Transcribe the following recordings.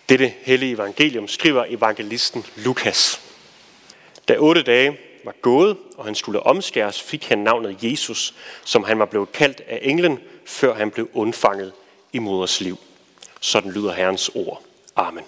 Dette hellige evangelium skriver evangelisten Lukas. Da 8 dage var gået, og han skulle omskæres, fik han navnet Jesus, som han var blevet kaldt af englen, før han blev undfanget i moders liv. Sådan lyder Herrens ord. Amen.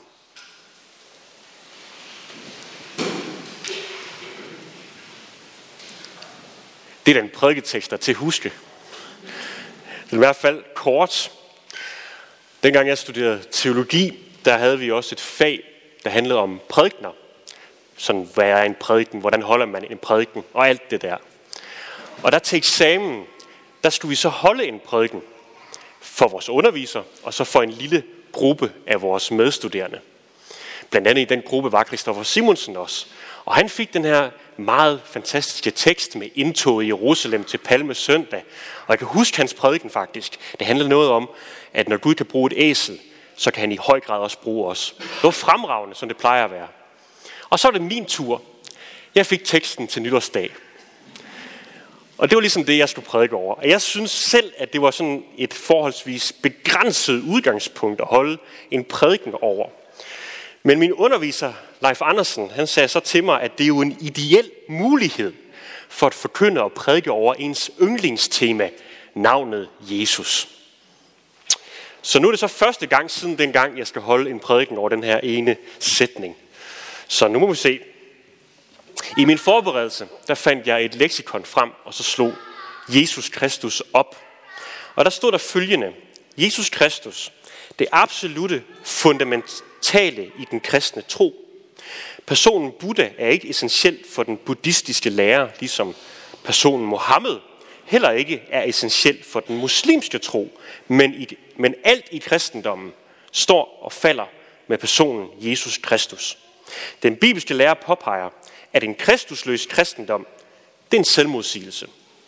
Det er den prædiketekst, der til at huske. Det er i hvert fald kort. Dengang jeg studerede teologi, der havde vi også et fag, der handlede om prædikener. Sådan, hvad er en prædiken? Hvordan holder man en prædiken? Og alt det der. Og der til eksamen, der skulle vi så holde en prædiken for vores underviser, og så for en lille gruppe af vores medstuderende. Blandt andet i den gruppe var Christoffer Simonsen også. Og han fik den her meget fantastiske tekst med indtoget i Jerusalem til Palme søndag. Og jeg kan huske hans prædiken faktisk. Det handlede noget om, at når Gud kan bruge et æsel, så kan han i høj grad også bruge os. Det var fremragende, som det plejer at være. Og så var det min tur. Jeg fik teksten til nytårsdag. Og det var ligesom det, jeg skulle prædike over. Og jeg synes selv, at det var sådan et forholdsvis begrænset udgangspunkt at holde en prædiken over. Men min underviser, Leif Andersen, han sagde så til mig, at det er jo en ideel mulighed for at forkynde og prædike over ens yndlingstema, navnet Jesus. Så nu er det så første gang siden dengang, jeg skal holde en prædiken over den her ene sætning. Så nu må vi se. I min forberedelse, der fandt jeg et leksikon frem, og så slog Jesus Kristus op. Og der stod der følgende: Jesus Kristus, det absolutte fundamentale i den kristne tro. Personen Buddha er ikke essentiel for den buddhistiske lære, ligesom personen Mohammed heller ikke er essentiel for den muslimske tro, men alt i kristendommen står og falder med personen Jesus Kristus. Den bibelske lære påpeger, at en kristusløs kristendom, det er en selvmodsigelse.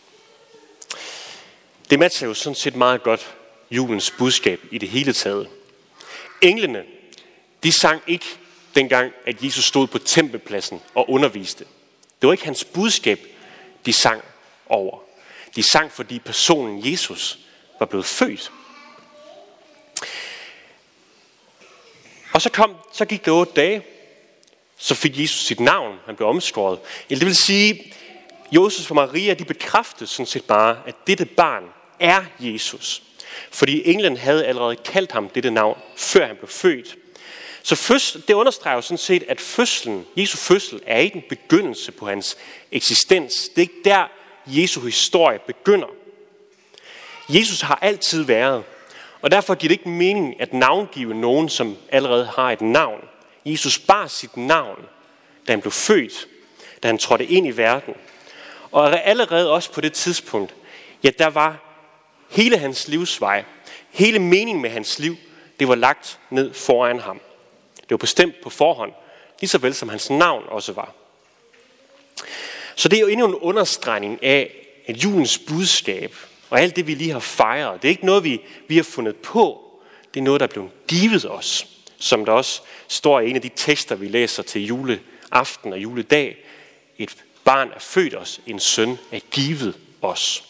Det matcher jo sådan set meget godt julens budskab i det hele taget. Englene, de sang ikke dengang, at Jesus stod på tempelpladsen og underviste. Det var ikke hans budskab, de sang over. De sang, fordi personen Jesus var blevet født. Og så gik det 8 dage, så fik Jesus sit navn, han blev omskåret. Eller det vil sige, Josef og Maria, de bekræftede sådan set bare, at dette barn er Jesus. Fordi englen havde allerede kaldt ham dette navn, før han blev født. Så det understreger jo sådan set, at Jesu fødsel er ikke en begyndelse på hans eksistens. Det er ikke der, Jesu historie begynder. Jesus har altid været, og derfor giver det ikke mening at navngive nogen, som allerede har et navn. Jesus bar sit navn, da han blev født, da han trådte ind i verden. Og allerede også på det tidspunkt, ja, der var hele hans livsvej, hele meningen med hans liv, det var lagt ned foran ham. Det var bestemt på forhånd, lige så vel som hans navn også var. Så det er jo endnu en understregning af, at julens budskab og alt det, vi lige har fejret, det er ikke noget, vi har fundet på. Det er noget, der er blevet givet os, som der også står i en af de tekster, vi læser til juleaften og juledag. Et barn er født os, en søn er givet os.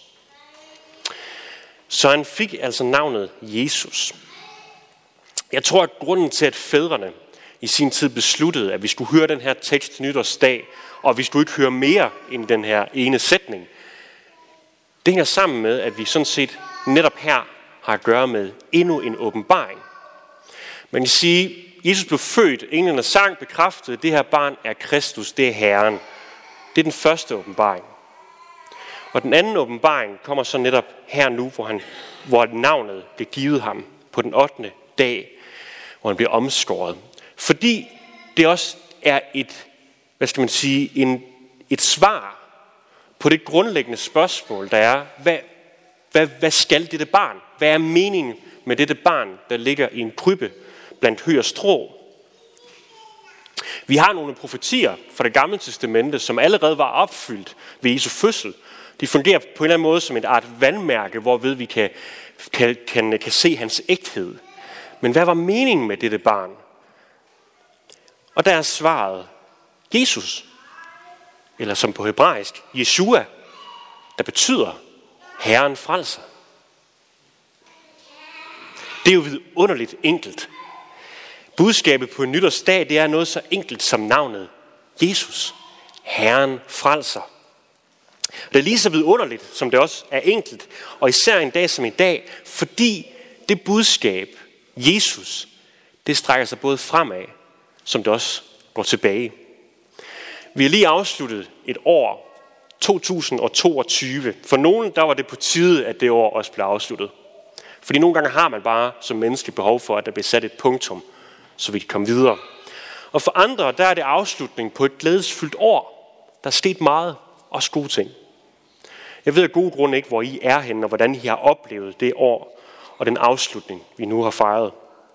Så han fik altså navnet Jesus. Jeg tror, at grunden til, at fædrene i sin tid besluttede, at vi skulle høre den her tekst nytårsdag, og vi skulle ikke høre mere end den her ene sætning, det hænger sammen med, at vi sådan set netop her har at gøre med endnu en åbenbaring. Man kan sige, Jesus blev født, englene sang, bekræftede, det her barn er Kristus, det er Herren. Det er den første åbenbaring. Og den anden åbenbaring kommer så netop her nu, hvor navnet blev givet ham på den 8. dag, hvor han bliver omskåret. Fordi det også er et svar på det grundlæggende spørgsmål, der er, hvad skal dette barn? Hvad er meningen med dette barn, der ligger i en krybbe blandt hø og strå? Vi har nogle profetier fra det gamle testamente, som allerede var opfyldt ved Jesu fødsel. De fungerer på en eller anden måde som et art vandmærke, hvorved vi kan se hans ægthed. Men hvad var meningen med dette barn? Og der er svaret Jesus, eller som på hebraisk, Yeshua, der betyder Herren frelser. Det er jo vidunderligt enkelt. Budskabet på en nytårsdag, det er noget så enkelt som navnet Jesus, Herren frelser. Det er lige så vidunderligt, som det også er enkelt, og især en dag som i dag, fordi det budskab, Jesus, det strækker sig både fremad, som det også går tilbage. Vi har lige afsluttet et år, 2022. For nogen, der var det på tide, at det år også blev afsluttet. Fordi nogle gange har man bare som menneske behov for, at der bliver sat et punktum, så vi kan komme videre. Og for andre, der er det afslutning på et glædesfyldt år. Der er sket meget, også gode ting. Jeg ved af gode grunde ikke, hvor I er henne, og hvordan I har oplevet det år, og den afslutning, vi nu har fejret.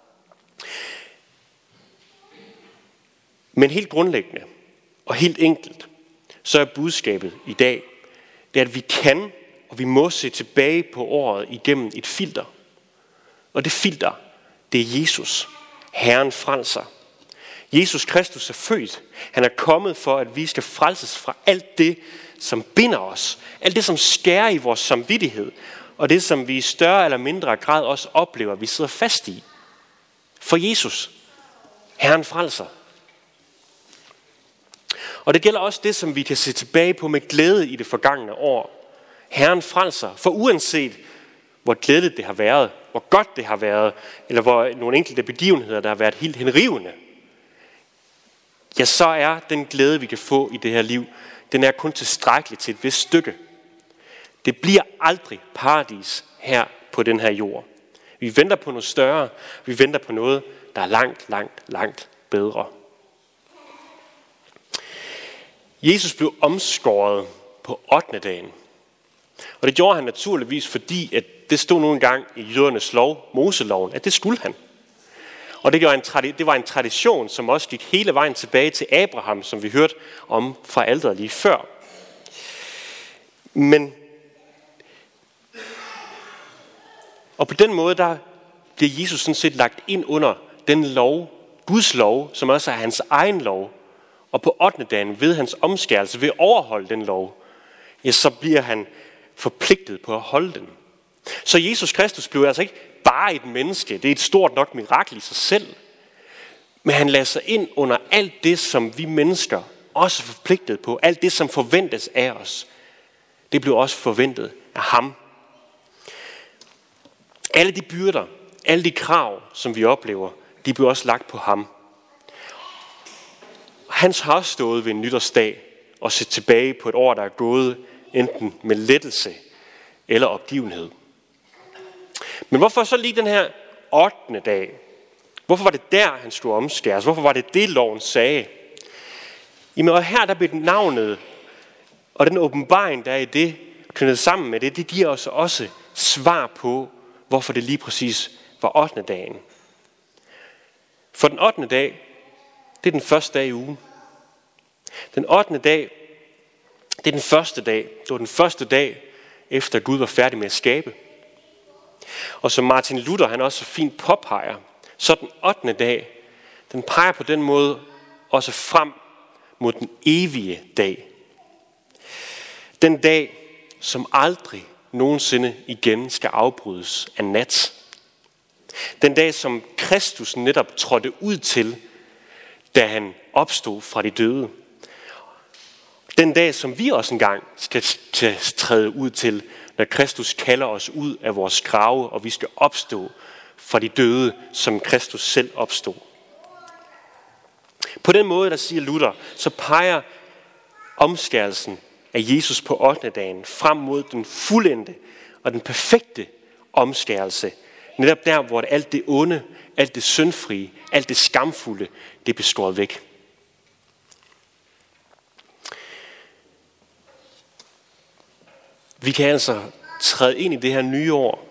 Men helt grundlæggende, og helt enkelt, så er budskabet i dag, det er, at vi kan, og vi må se tilbage på året igennem et filter. Og det filter, det er Jesus, Herren frelser. Jesus Kristus er født. Han er kommet for, at vi skal frelses fra alt det, som binder os. Alt det, som skærer i vores samvittighed. Og det, som vi i større eller mindre grad også oplever, at vi sidder fast i. For Jesus, Herren frelser. Og det gælder også det, som vi kan se tilbage på med glæde i det forgangne år. Herren frelser. For uanset hvor glædeligt det har været, hvor godt det har været, eller hvor nogle enkelte begivenheder, der har været helt henrivende, ja, så er den glæde, vi kan få i det her liv, den er kun tilstrækkelig til et vist stykke. Det bliver aldrig paradis her på den her jord. Vi venter på noget større. Vi venter på noget, der er langt, langt, langt bedre. Jesus blev omskåret på 8. dagen. Og det gjorde han naturligvis, fordi at det stod nu engang i jødernes lov, Moseloven, at det skulle han. Og det var en tradition, som også gik hele vejen tilbage til Abraham, som vi hørte om fra alteret lige før. Og på den måde, der bliver Jesus sådan set lagt ind under den lov, Guds lov, som også er hans egen lov. Og på 8. dagen ved hans omskærelse, ved at overholde den lov, ja, så bliver han forpligtet på at holde den. Så Jesus Kristus blev altså ikke bare et menneske. Det er et stort nok mirakel i sig selv. Men han lader sig ind under alt det, som vi mennesker også er forpligtet på. Alt det, som forventes af os. Det blev også forventet af ham. Alle de byrder, alle de krav, som vi oplever, de blev også lagt på ham. Han har også stået ved en nytårsdag og set tilbage på et år, der er gået enten med lettelse eller opgivenhed. Men hvorfor så lige den her 8. dag? Hvorfor var det der, han skulle omskæres? Hvorfor var det, loven sagde? Jamen, og her der blev navnet og den åbenbaring, der er i det, knyttet sammen med det giver os også svar på, hvorfor det lige præcis var 8. dagen. For den 8. dag, det er den første dag i ugen. Den 8. dag, det er den første dag. Det var den første dag, efter Gud var færdig med at skabe. Og som Martin Luther, han også så fint påpeger, så den 8. dag, den peger på den måde også frem mod den evige dag. Den dag, som aldrig nogensinde igen skal afbrydes af nat. Den dag, som Kristus netop trådte ud til, da han opstod fra de døde. Den dag, som vi også engang skal træde ud til, når Kristus kalder os ud af vores grave, og vi skal opstå fra de døde, som Kristus selv opstod. På den måde, der siger Luther, så peger omskærelsen af Jesus på 8. dagen frem mod den fuldendte og den perfekte omskærelse. Netop der, hvor alt det onde, alt det syndfrie, alt det skamfulde, det bliver skåret væk. Vi kan altså træde ind i det her nye år.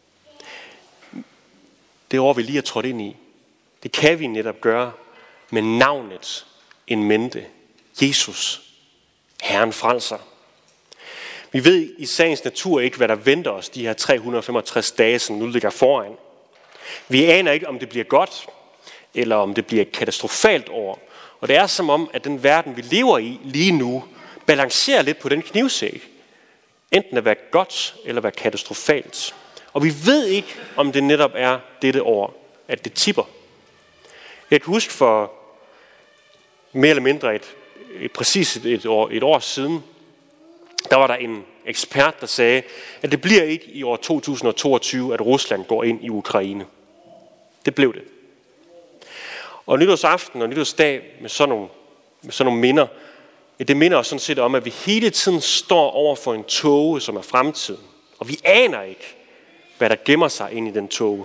Det år, vi lige er trådt ind i. Det kan vi netop gøre med navnet in mente. Jesus, Herren frelser. Vi ved i sagens natur ikke, hvad der venter os de her 365 dage, som nu ligger foran. Vi aner ikke, om det bliver godt, eller om det bliver et katastrofalt år. Og det er som om, at den verden, vi lever i lige nu, balancerer lidt på den knivsæg. Enten at være godt, eller være katastrofalt. Og vi ved ikke, om det netop er dette år, at det tipper. Jeg kan huske for mere eller mindre præcis et år siden, der var der en ekspert, der sagde, at det bliver ikke i år 2022, at Rusland går ind i Ukraine. Det blev det. Og nytårsaften og nytårsdag med sådan nogle minder, det minder os sådan set om, at vi hele tiden står over for en tåge, som er fremtiden. Og vi aner ikke, hvad der gemmer sig ind i den tåge.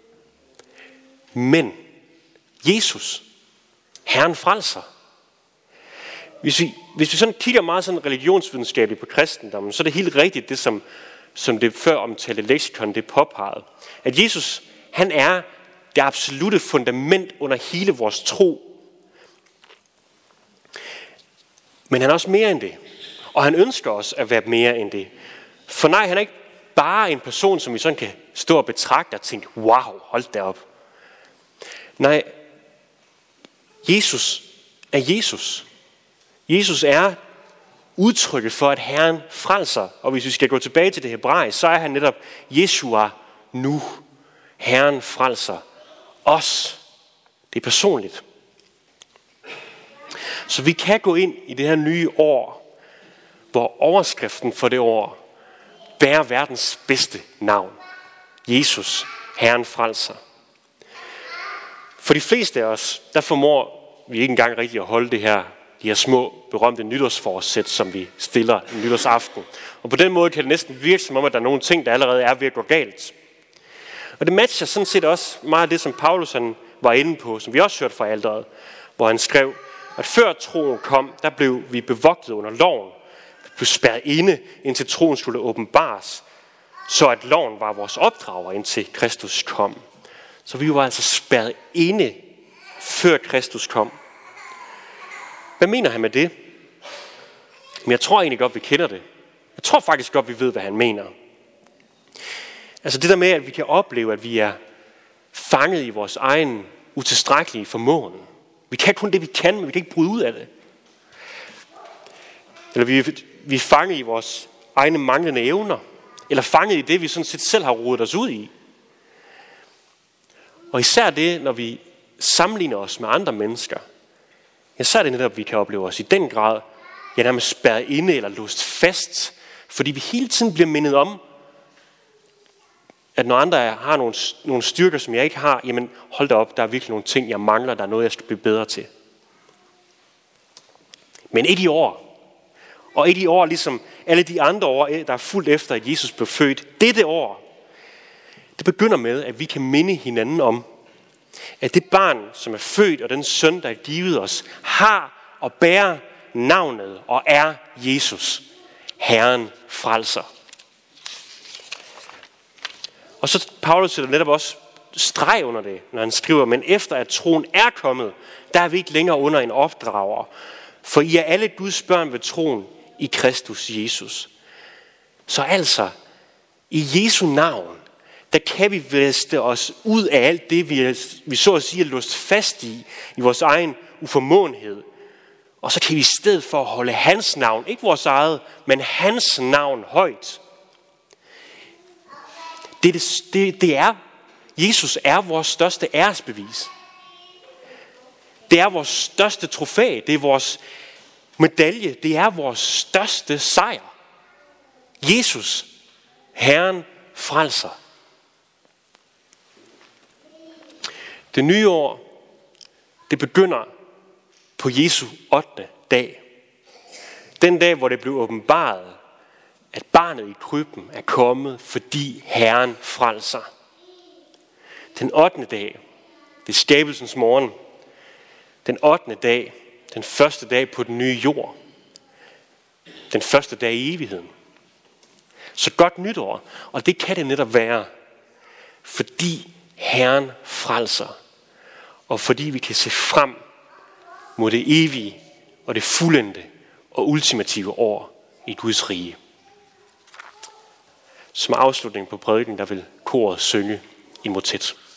Men Jesus, Herren frelser. Hvis vi sådan kigger meget sådan religionsvidenskabeligt på kristendommen, så er det helt rigtigt det, som det før omtalte leksikon, det påpegede. At Jesus, han er det absolutte fundament under hele vores tro. Men han er også mere end det. Og han ønsker os at være mere end det. For nej, han er ikke bare en person, som vi sådan kan stå og betragte og tænke, wow, hold da op. Nej, Jesus er Jesus. Jesus er udtrykket for, at Herren frelser. Og hvis vi skal gå tilbage til det hebraiske, så er han netop Yeshua nu. Herren frelser os. Det er personligt. Så vi kan gå ind i det her nye år, hvor overskriften for det år bærer verdens bedste navn. Jesus, Herren frelser. For de fleste af os, der formår vi ikke engang rigtig at holde de her små berømte nytårsforsæt, som vi stiller en nytårsaften. Og på den måde kan det næsten virke som om, at der er nogle ting, der allerede er ved at gå galt. Og det matcher sådan set også meget af det, som Paulus han var inde på, som vi også hørte fra alteret, hvor han skrev, at før troen kom, der blev vi bevogtet under loven. Vi blev spærret inde, indtil troen skulle åbenbares, så at loven var vores opdrager, indtil Kristus kom. Så vi var altså spærret inde, før Kristus kom. Hvad mener han med det? Men jeg tror egentlig godt, vi kender det. Jeg tror faktisk godt, vi ved, hvad han mener. Altså det der med, at vi kan opleve, at vi er fanget i vores egen utilstrækkelige formåen. Vi kan kun det, vi kan, men vi kan ikke bryde ud af det. Eller vi er fanget i vores egne manglende evner. Eller fanget i det, vi sådan set selv har rodet os ud i. Og især det, når vi sammenligner os med andre mennesker, ja, så er det netop, at vi kan opleve os i den grad, ja, nærmest spærret inde eller låst fast, fordi vi hele tiden bliver mindet om, at når andre har nogle styrker, som jeg ikke har, jamen hold da op, der er virkelig nogle ting, jeg mangler, der er noget, jeg skal blive bedre til. Men et i år, og et i år ligesom alle de andre år, der er fuldt efter, at Jesus blev født, dette år, det begynder med, at vi kan minde hinanden om, at det barn, som er født, og den søn, der er givet os, har og bærer navnet og er Jesus, Herren frelser. Og så Paulus sætter netop også streg under det, når han skriver, men efter at troen er kommet, der er vi ikke længere under en opdrager. For I er alle Guds børn ved troen i Kristus Jesus. Så altså, i Jesu navn, der kan vi vriste os ud af alt det, vi så at sige er låst fast i vores egen uformåenhed. Og så kan vi i stedet for at holde hans navn, ikke vores eget, men hans navn højt. Jesus er vores største æresbevis. Det er vores største trofæ. Det er vores medalje. Det er vores største sejr. Jesus, Herren frelser. Det nye år, det begynder på Jesu 8. dag. Den dag, hvor det blev åbenbaret, at barnet i krybben er kommet, fordi Herren frelser. Den 8. dag, det er skabelsens morgen. Den 8. dag, den første dag på den nye jord. Den første dag i evigheden. Så godt nytår, og det kan det netop være, fordi Herren frelser, og fordi vi kan se frem mod det evige og det fuldendte og ultimative år i Guds rige. Som afslutning på prædiken, der vil koret synge i motet.